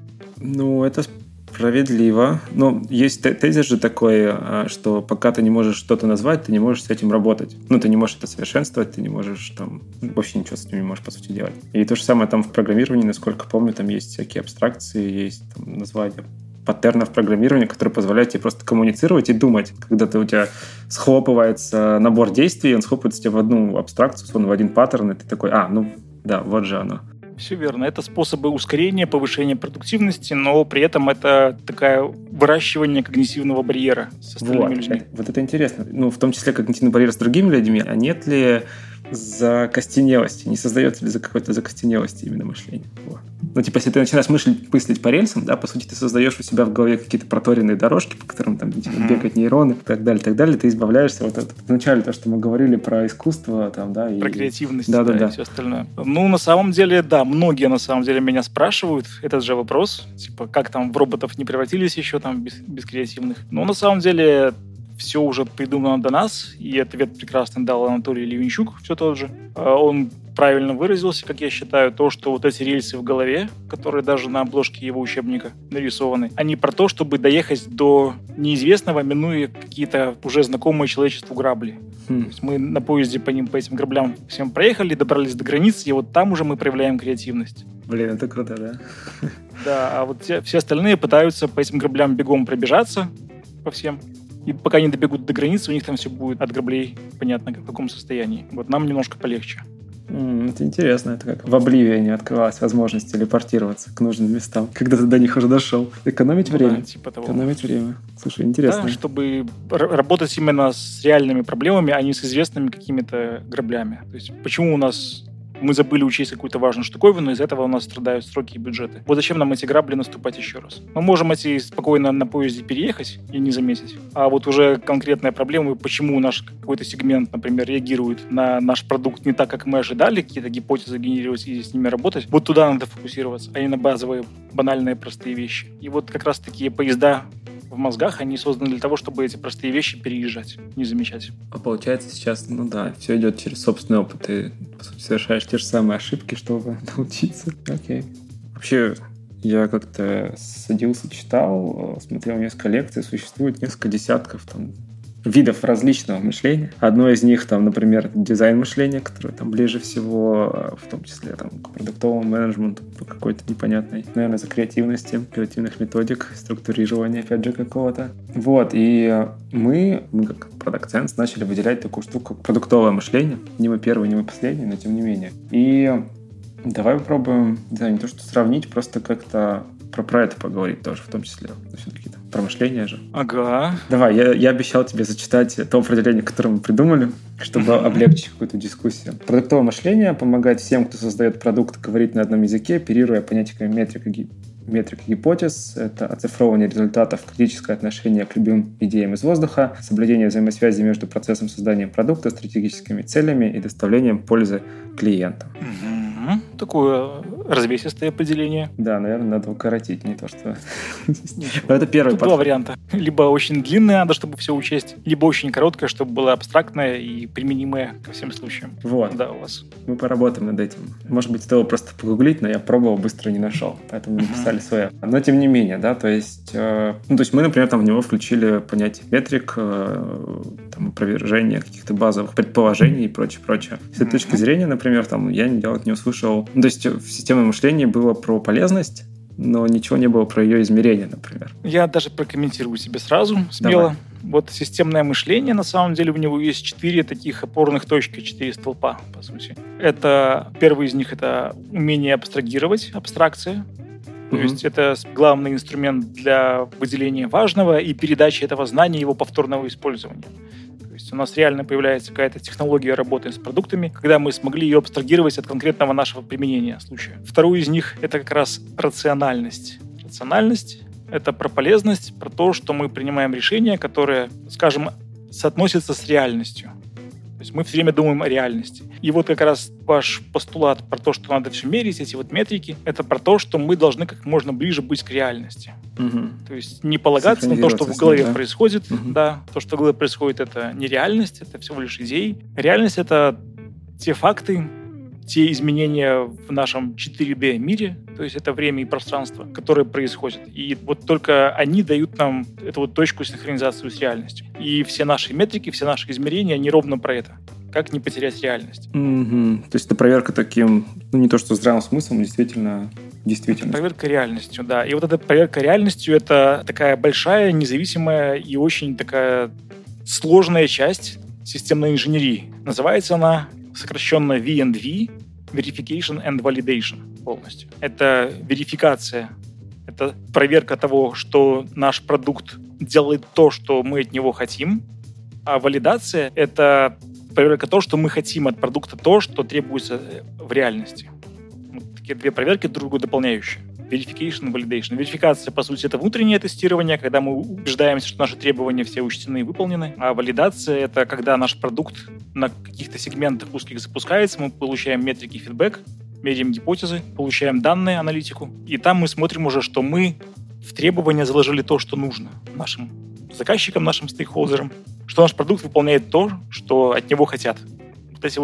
Это справедливо. Но есть тезис же такой, что пока ты не можешь что-то назвать, ты не можешь с этим работать. Ты не можешь это совершенствовать, ты не можешь вообще ничего с этим не можешь, по сути, делать. И то же самое там в программировании, насколько помню, там есть всякие абстракции, есть там названия паттернов программирования, которые позволяют тебе просто коммуницировать и думать. Когда у тебя схлопывается набор действий, он схлопывается тебе в одну абстракцию, в один паттерн, и ты такой, да, вот же оно. Все верно. Это способы ускорения, повышения продуктивности, но при этом это такое выращивание когнитивного барьера с остальными людьми. Вот это интересно. В том числе когнитивный барьер с другими людьми. А нет ли закостенелости? Не создается ли какой-то закостенелости именно мышления? Если ты начинаешь мыслить по рельсам, да, по сути, ты создаешь у себя в голове какие-то проторенные дорожки, по которым там бегают нейроны и так далее, ты избавляешься вначале то, что мы говорили про искусство, про креативность, и все остальное. На самом деле, да, многие на самом деле меня спрашивают этот же вопрос, как там в роботов не превратились еще без креативных. Но на самом деле все уже придумано до нас, и ответ прекрасный дал Анатолий Левинчук, все тот же. Он правильно выразился, как я считаю, то, что вот эти рельсы в голове, которые даже на обложке его учебника нарисованы, они про то, чтобы доехать до неизвестного, минуя какие-то уже знакомые человечеству грабли. То есть мы на поезде по этим граблям всем проехали, добрались до границы, и вот там уже мы проявляем креативность. Блин, это круто, да? Да, а вот все остальные пытаются по этим граблям бегом пробежаться по всем. И пока не добегут до границы, у них там все будет от граблей понятно в каком состоянии. Вот нам немножко полегче. Это интересно. Это как в Обливионе открывалась возможность телепортироваться к нужным местам, когда ты до них уже дошел. Экономить время. Да, типа того. Экономить время. Слушай, интересно. Да, чтобы работать именно с реальными проблемами, а не с известными какими-то граблями. То есть почему у нас... Мы забыли учесть какую-то важную штуковину, из-за этого у нас страдают сроки и бюджеты. Вот зачем нам эти грабли наступать еще раз? Мы можем эти спокойно на поезде переехать и не заметить. А вот уже конкретная проблема, почему наш какой-то сегмент, например, реагирует на наш продукт не так, как мы ожидали, какие-то гипотезы генерировать и с ними работать, вот туда надо фокусироваться, а не на базовые, банальные, простые вещи. И вот как раз такие поезда в мозгах, они созданы для того, чтобы эти простые вещи переезжать, не замечать. А получается сейчас, все идет через собственный опыт. Ты, по сути, совершаешь те же самые ошибки, чтобы научиться. Окей. Вообще, я как-то садился, читал, смотрел несколько лекций, существует несколько десятков видов различного мышления. Одно из них, например, дизайн мышления, которое ближе всего, в том числе к продуктовому менеджменту, по какой-то непонятной, наверное, за креативных методик, структурирования, опять же, какого-то. Вот, и мы как Product Sense начали выделять такую штуку, как продуктовое мышление. Не мы первые, не мы последние, но тем не менее. И давай попробуем, не то что сравнить, просто как-то про это поговорить тоже, в том числе. Все-таки про мышление же. Ага. Давай, я обещал тебе зачитать то определение, которое мы придумали, чтобы облегчить какую-то дискуссию. Продуктовое мышление помогает всем, кто создает продукт, говорить на одном языке, оперируя понятиями метрик и гипотез. Это оцифровывание результатов, критическое отношение к любым идеям из воздуха, соблюдение взаимосвязи между процессом создания продукта, стратегическими целями и доставлением пользы клиентам. Такое развесистое определение. Да, наверное, надо укоротить, не то что... Это первый подход. Два варианта. Либо очень длинное надо, чтобы все учесть, либо очень короткое, чтобы было абстрактное и применимое ко всем случаям. Вот. Да, у вас. Мы поработаем над этим. Может быть, стоило просто погуглить, но я пробовал, быстро не нашел. Поэтому написали свое. Но тем не менее, да, то есть мы, например, в него включили понятие метрик, опровержение каких-то базовых предположений и прочее. С этой точки зрения, например, я не услышал... То есть в системном мышлении было про полезность, но ничего не было про ее измерение, например. Я даже прокомментирую себе сразу, смело. Давай. Вот системное мышление, на самом деле, у него есть 4 таких опорных точки, 4 столпа, по сути. Первый из них — это умение абстрагировать, абстракция. То есть это главный инструмент для выделения важного и передачи этого знания, его повторного использования. То есть у нас реально появляется какая-то технология работы с продуктами, когда мы смогли ее абстрагировать от конкретного нашего применения случая. Второй из них — это как раз рациональность. Рациональность — это про полезность, про то, что мы принимаем решения, которые, скажем, соотносятся с реальностью. То есть мы все время думаем о реальности. И вот как раз ваш постулат про то, что надо все мерить, эти метрики, это про то, что мы должны как можно ближе быть к реальности. То есть не полагаться на то, что в голове происходит. Да, то, что в голове происходит, это не реальность, это всего лишь идеи. Реальность — это те факты, те изменения в нашем 4D мире, то есть это время и пространство, которые происходят. И вот только они дают нам эту точку синхронизации с реальностью. И все наши метрики, все наши измерения, они ровно про это. Как не потерять реальность. То есть это проверка таким, не то что здравым смыслом, действительно. Это проверка реальностью, да. И вот эта проверка реальностью — это такая большая, независимая и очень такая сложная часть системной инженерии. Называется она сокращенно V&V, Verification and Validation полностью. Это верификация, это проверка того, что наш продукт делает то, что мы от него хотим, а валидация — это проверка того, что мы хотим от продукта, то, что требуется в реальности. Вот такие две проверки друг друга дополняющие. Verification и Validation. Верификация, по сути, это внутреннее тестирование, когда мы убеждаемся, что наши требования все учтены и выполнены. А валидация — это когда наш продукт на каких-то сегментах узких запускается, мы получаем метрики, фидбэк, меряем гипотезы, получаем данные, аналитику. И там мы смотрим уже, что мы в требования заложили то, что нужно нашим заказчикам, нашим стейкхолдерам, что наш продукт выполняет то, что от него хотят. Вот эти вот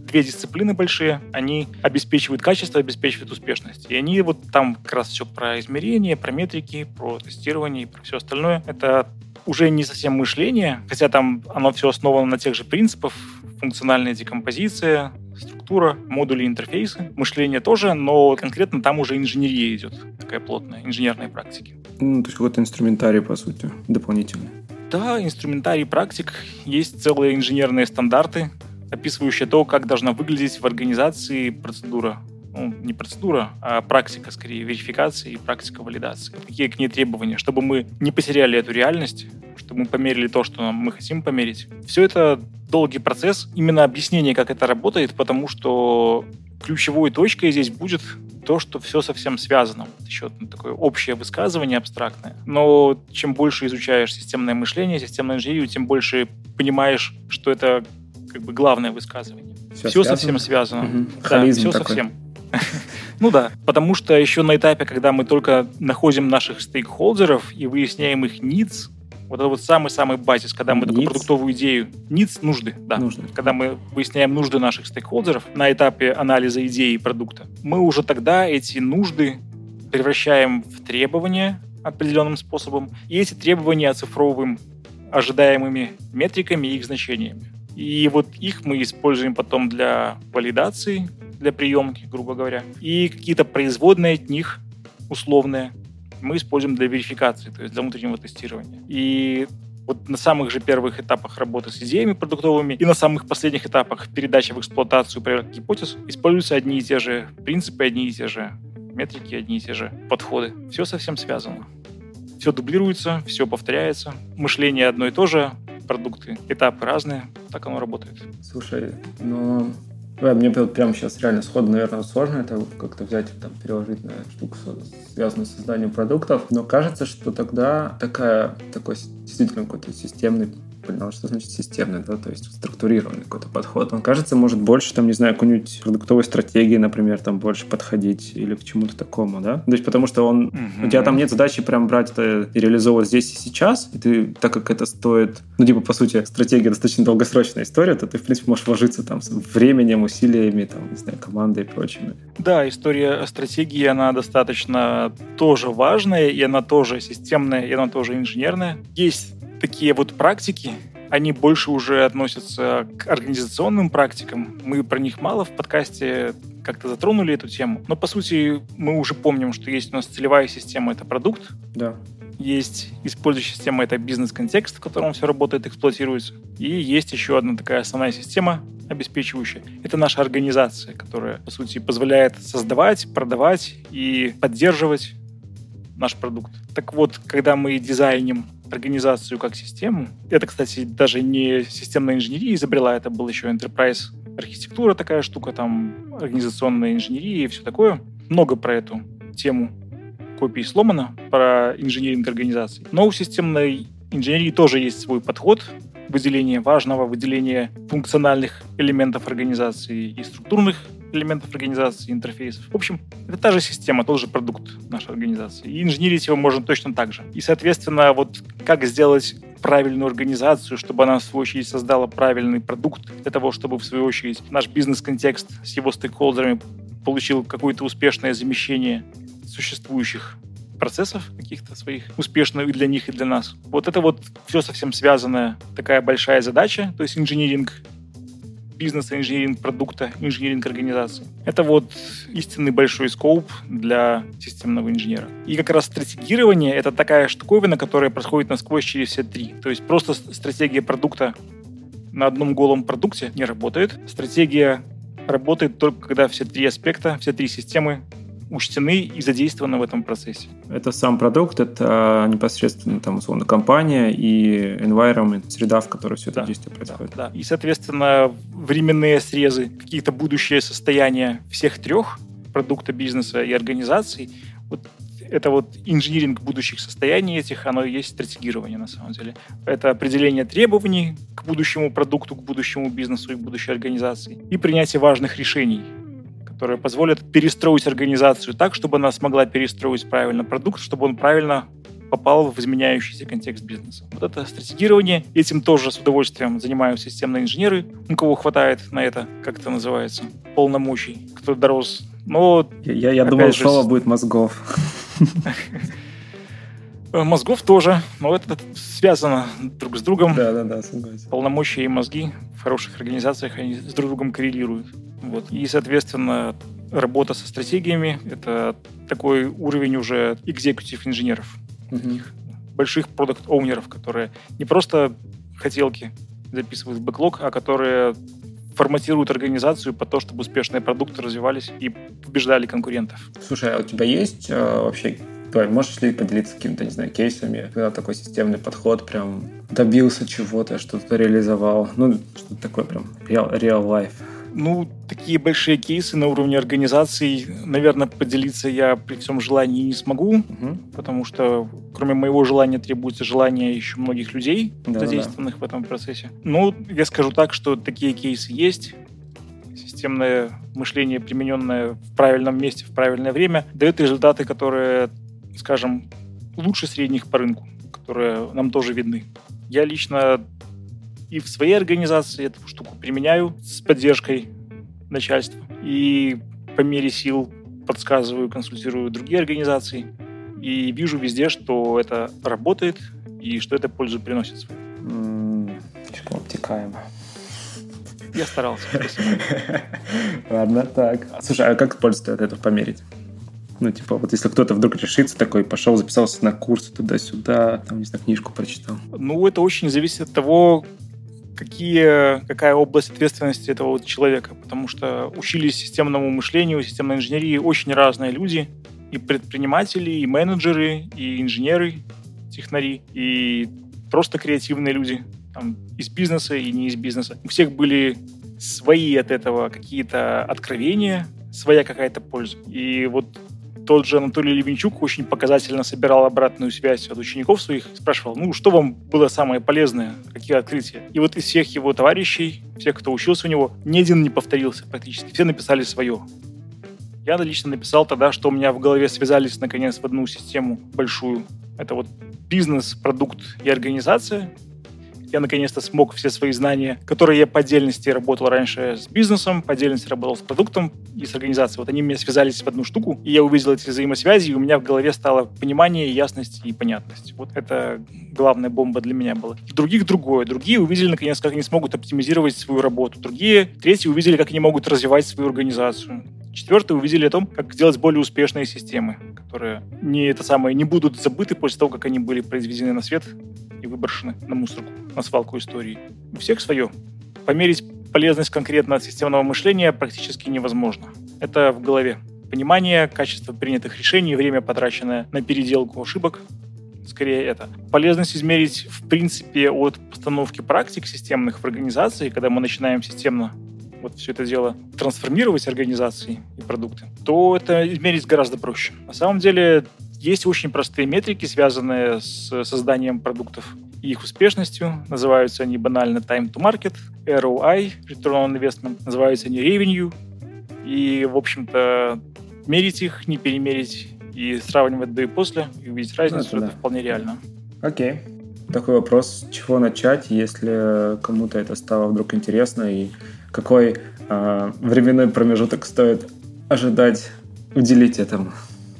две дисциплины большие, они обеспечивают качество, обеспечивают успешность. И они вот там как раз все про измерения, про метрики, про тестирование и про все остальное. Это уже не совсем мышление, хотя там оно все основано на тех же принципах: функциональная декомпозиция, структура, модули, интерфейсы. Мышление тоже, но конкретно там уже инженерия идет, такая плотная, инженерная практика. То есть какой-то инструментарий, по сути, дополнительный. Да, инструментарий практик. Есть целые инженерные стандарты, описывающие то, как должна выглядеть в организации процедура. Не процедура, а практика, скорее, верификации и практика валидации. Какие к ней требования, чтобы мы не потеряли эту реальность, чтобы мы померили то, что мы хотим померить. Все это долгий процесс, именно объяснение, как это работает, потому что ключевой точкой здесь будет то, что все совсем связано. Еще такое общее высказывание, абстрактное. Но чем больше изучаешь системное мышление, системную инженерию, тем больше понимаешь, что это как бы главное высказывание. Все совсем связано. Угу. Да, все такой. Совсем. Ну да, потому что еще на этапе, когда мы только находим наших стейкхолдеров и выясняем их needs, вот это вот самый-самый базис, когда мы такую продуктовую идею... Needs — нужды, да. Нужды. Когда мы выясняем нужды наших стейкхолдеров на этапе анализа идеи продукта, мы уже тогда эти нужды превращаем в требования определенным способом, и эти требования оцифровываем ожидаемыми метриками и их значениями. И вот их мы используем потом для валидации, для приемки, грубо говоря. И какие-то производные от них, условные, мы используем для верификации, то есть для внутреннего тестирования. И вот на самых же первых этапах работы с идеями продуктовыми и на самых последних этапах передачи в эксплуатацию проверки гипотез используются одни и те же принципы, одни и те же метрики, одни и те же подходы. Все совсем связано. Все дублируется, все повторяется. Мышление одно и то же, продукты, этапы разные. Так оно работает. Слушай, мне прямо сейчас реально сходу, наверное, сложно это как-то взять и переложить на штуку, связанную с созданием продуктов. Но кажется, что тогда такой действительно какой-то системный, понял, что значит системный, да, то есть структурированный какой-то подход. Он, кажется, может больше, какой-нибудь продуктовой стратегии, например, больше подходить или к чему-то такому, да? То есть потому что у тебя там нет задачи прям брать это и реализовывать здесь и сейчас, и ты, так как это стоит, по сути, стратегия достаточно долгосрочная история, то ты, в принципе, можешь вложиться с временем, усилиями, командой и прочими. Да, история стратегии, она достаточно тоже важная, и она тоже системная, и она тоже инженерная. Есть такие вот практики, они больше уже относятся к организационным практикам. Мы про них мало в подкасте как-то затронули эту тему. Но, по сути, мы уже помним, что есть у нас целевая система — это продукт. Да. Есть использующая система — это бизнес-контекст, в котором все работает, эксплуатируется. И есть еще одна такая основная система, обеспечивающая. Это наша организация, которая, по сути, позволяет создавать, продавать и поддерживать наш продукт. Так вот, когда мы дизайним организацию как систему, это, кстати, даже не системная инженерия изобрела, это был еще enterprise архитектура, такая штука, организационная инженерия и все такое. Много про эту тему копий сломано, про инжиниринг организаций. Но у системной инженерии тоже есть свой подход выделения важного, выделения функциональных элементов организации и структурных элементов организации, интерфейсов. В общем, это та же система, тот же продукт нашей организации. И инженерить его можно точно так же. И, соответственно, вот как сделать правильную организацию, чтобы она, в свою очередь, создала правильный продукт, для того, чтобы, в свою очередь, наш бизнес-контекст с его стейкхолдерами получил какое-то успешное замещение существующих процессов каких-то своих, успешных и для них, и для нас. Вот это вот все совсем связанная такая большая задача, то есть инжиниринг бизнеса, инжиниринг продукта, инжиниринг организации. Это вот истинный большой скоуп для системного инженера. И как раз стратегирование — это такая штуковина, которая происходит насквозь через все три. То есть просто стратегия продукта на одном голом продукте не работает. Стратегия работает только когда все три аспекта, все три системы учтены и задействованы в этом процессе. Это сам продукт, это непосредственно условно компания и environment, среда, в которой все это действие происходит. Да. И, соответственно, временные срезы, какие-то будущие состояния всех трех продукта, бизнеса и организаций, вот это вот инжиниринг будущих состояний этих, оно и есть стратегирование на самом деле. Это определение требований к будущему продукту, к будущему бизнесу и к будущей организации и принятие важных решений, которые позволят перестроить организацию так, чтобы она смогла перестроить правильно продукт, чтобы он правильно попал в изменяющийся контекст бизнеса. Вот это стратегирование. Этим тоже с удовольствием занимаются системные инженеры, у кого хватает на это, как это называется, полномочий, кто дорос. Но, я думал, слово будет мозгов. Мозгов тоже, но это связано друг с другом. Да, согласен. Полномочия и мозги в хороших организациях, они с друг другом коррелируют. Вот. И, соответственно, работа со стратегиями — это такой уровень уже экзекутив-инженеров, больших продакт-оунеров, которые не просто хотелки записывают в бэклог, а которые форматируют организацию под то, чтобы успешные продукты развивались и побеждали конкурентов. Слушай, а у тебя есть вообще... Можешь ли поделиться какими-то, не знаю, кейсами, когда такой системный подход прям добился чего-то, что-то реализовал? Ну, что-то такое прям real life. Ну, такие большие кейсы на уровне организаций, наверное, поделиться я при всем желании не смогу, потому что кроме моего желания требуется желание еще многих людей, задействованных в этом процессе. Ну, я скажу так, что такие кейсы есть. Системное мышление, примененное в правильном месте, в правильное время, дает результаты, которые, скажем, лучше средних по рынку, которые нам тоже видны. Я лично и в своей организации эту штуку применяю с поддержкой начальства. И по мере сил подсказываю, консультирую другие организации. И вижу везде, что это работает и что это пользу приносит свою. Слишком обтекаемо. Я старался, спасибо. Ладно, так. Слушай, а как пользу от этого померить? Ну, типа, вот если кто-то вдруг решится такой, пошел, записался на курсы туда-сюда, там, не знаю, книжку прочитал. Ну, это очень зависит от того, какая область ответственности этого вот человека. Потому что учились системному мышлению, системной инженерии очень разные люди. И предприниматели, и менеджеры, и инженеры, технари, и просто креативные люди. Там, из бизнеса и не из бизнеса. У всех были свои от этого какие-то откровения, своя какая-то польза. И вот тот же Анатолий Левенчук очень показательно собирал обратную связь от учеников своих, спрашивал, ну, что вам было самое полезное, какие открытия? И вот из всех его товарищей, всех, кто учился у него, ни один не повторился практически. Все написали свое. Я лично написал тогда, что у меня в голове связались, наконец, в одну систему большую. Это вот бизнес, продукт и организация. Я, наконец-то, смог все свои знания, которые я по отдельности работал раньше с бизнесом, по отдельности работал с продуктом и с организацией. Вот они мне связались в одну штуку, и я увидел эти взаимосвязи, и у меня в голове стало понимание, ясность и понятность. Вот это главная бомба для меня была. Других другое. Другие увидели, наконец, как они смогут оптимизировать свою работу. Третьи увидели, как они могут развивать свою организацию. Четвертые увидели о том, как сделать более успешные системы, которые не будут забыты после того, как они были произведены на свет и выброшены на мусорку, на свалку истории. У всех свое. Померить полезность конкретно от системного мышления практически невозможно. Это в голове. Понимание, качество принятых решений, время, потраченное на переделку ошибок. Скорее это. Полезность измерить, в принципе, от постановки практик системных в организации, когда мы начинаем системно вот все это дело трансформировать организации и продукты, то это измерить гораздо проще. На самом деле есть очень простые метрики, связанные с созданием продуктов и их успешностью. Называются они банально time to market, ROI, Return on Investment. Называются они revenue. И, в общем-то, мерить их, не перемерить и сравнивать до и после, и увидеть разницу, это вполне реально. Окей. Такой вопрос, с чего начать, если кому-то это стало вдруг интересно, и какой временной промежуток стоит ожидать уделить этому?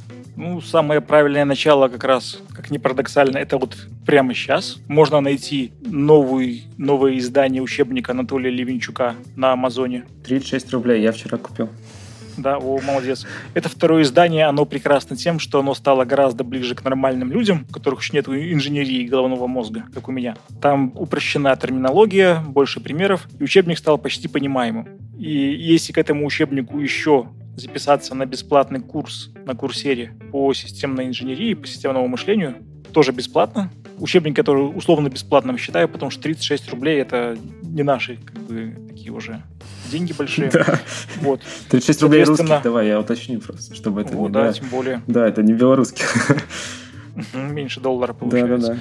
Ну, самое правильное начало как раз, как ни парадоксально, это вот прямо сейчас. Можно найти новое издание учебника Анатолия Левенчука на Амазоне. 36 рублей, я вчера купил. Да, молодец. Это второе издание, оно прекрасно тем, что оно стало гораздо ближе к нормальным людям, у которых еще нет инженерии головного мозга, как у меня. Там упрощена терминология, больше примеров, и учебник стал почти понимаемым. И если к этому учебнику еще записаться на бесплатный курс на Курсере по системной инженерии, по системному мышлению, тоже бесплатно. Учебник, который условно бесплатным считаю, потому что 36 рублей — это не наши такие уже деньги большие. Да. Вот. 36 рублей русских, давай я уточню просто, чтобы это не... Да, тем более. Да, это не белорусских. Меньше $1 получается. Да.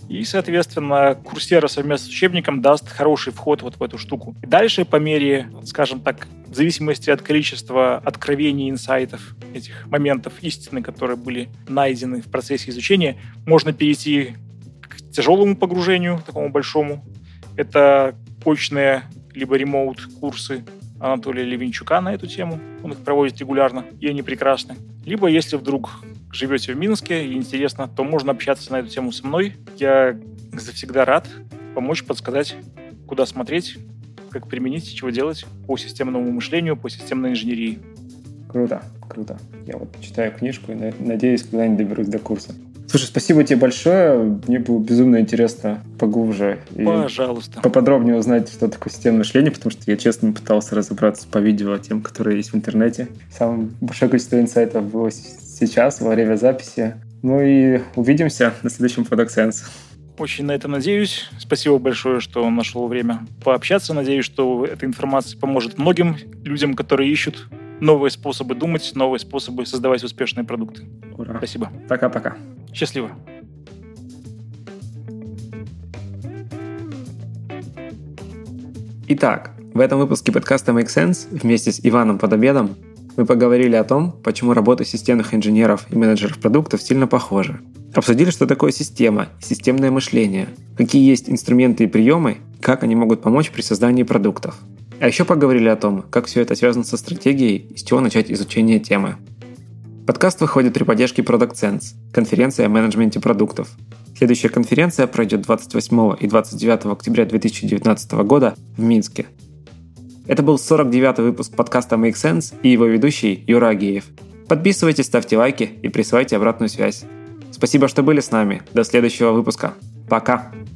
И, соответственно, Coursera совместно с учебником даст хороший вход вот в эту штуку. И дальше по мере, скажем так, в зависимости от количества откровений, инсайтов, этих моментов истины, которые были найдены в процессе изучения, можно перейти к тяжелому погружению, такому большому. Это очные либо ремоут-курсы Анатолия Левинчука на эту тему. Он их проводит регулярно, и они прекрасны. Либо, если вдруг живете в Минске и интересно, то можно общаться на эту тему со мной. Я завсегда рад помочь, подсказать, куда смотреть, как применить, чего делать по системному мышлению, по системной инженерии. Круто. Я вот читаю книжку и надеюсь, когда-нибудь доберусь до курса. Слушай, спасибо тебе большое. Мне было безумно интересно поглубже и поподробнее узнать, что такое системное мышление, потому что я, честно, пытался разобраться по видео тем, которые есть в интернете. Самое большое количество инсайтов было сейчас, во время записи. Ну и увидимся на следующем Product Sense. Очень на это надеюсь. Спасибо большое, что нашел время пообщаться. Надеюсь, что эта информация поможет многим людям, которые ищут новые способы думать, новые способы создавать успешные продукты. Ура. Спасибо. Пока-пока. Счастливо. Итак, в этом выпуске подкаста Make Sense вместе с Иваном Подобедом мы поговорили о том, почему работа системных инженеров и менеджеров продуктов сильно похожа. Обсудили, что такое система, системное мышление, какие есть инструменты и приемы, как они могут помочь при создании продуктов. А еще поговорили о том, как все это связано со стратегией и с чего начать изучение темы. Подкаст выходит при поддержке Product Sense, конференция о менеджменте продуктов. Следующая конференция пройдет 28 и 29 октября 2019 года в Минске. Это был 49-й выпуск подкаста Make Sense и его ведущий Юра Агеев. Подписывайтесь, ставьте лайки и присылайте обратную связь. Спасибо, что были с нами. До следующего выпуска. Пока!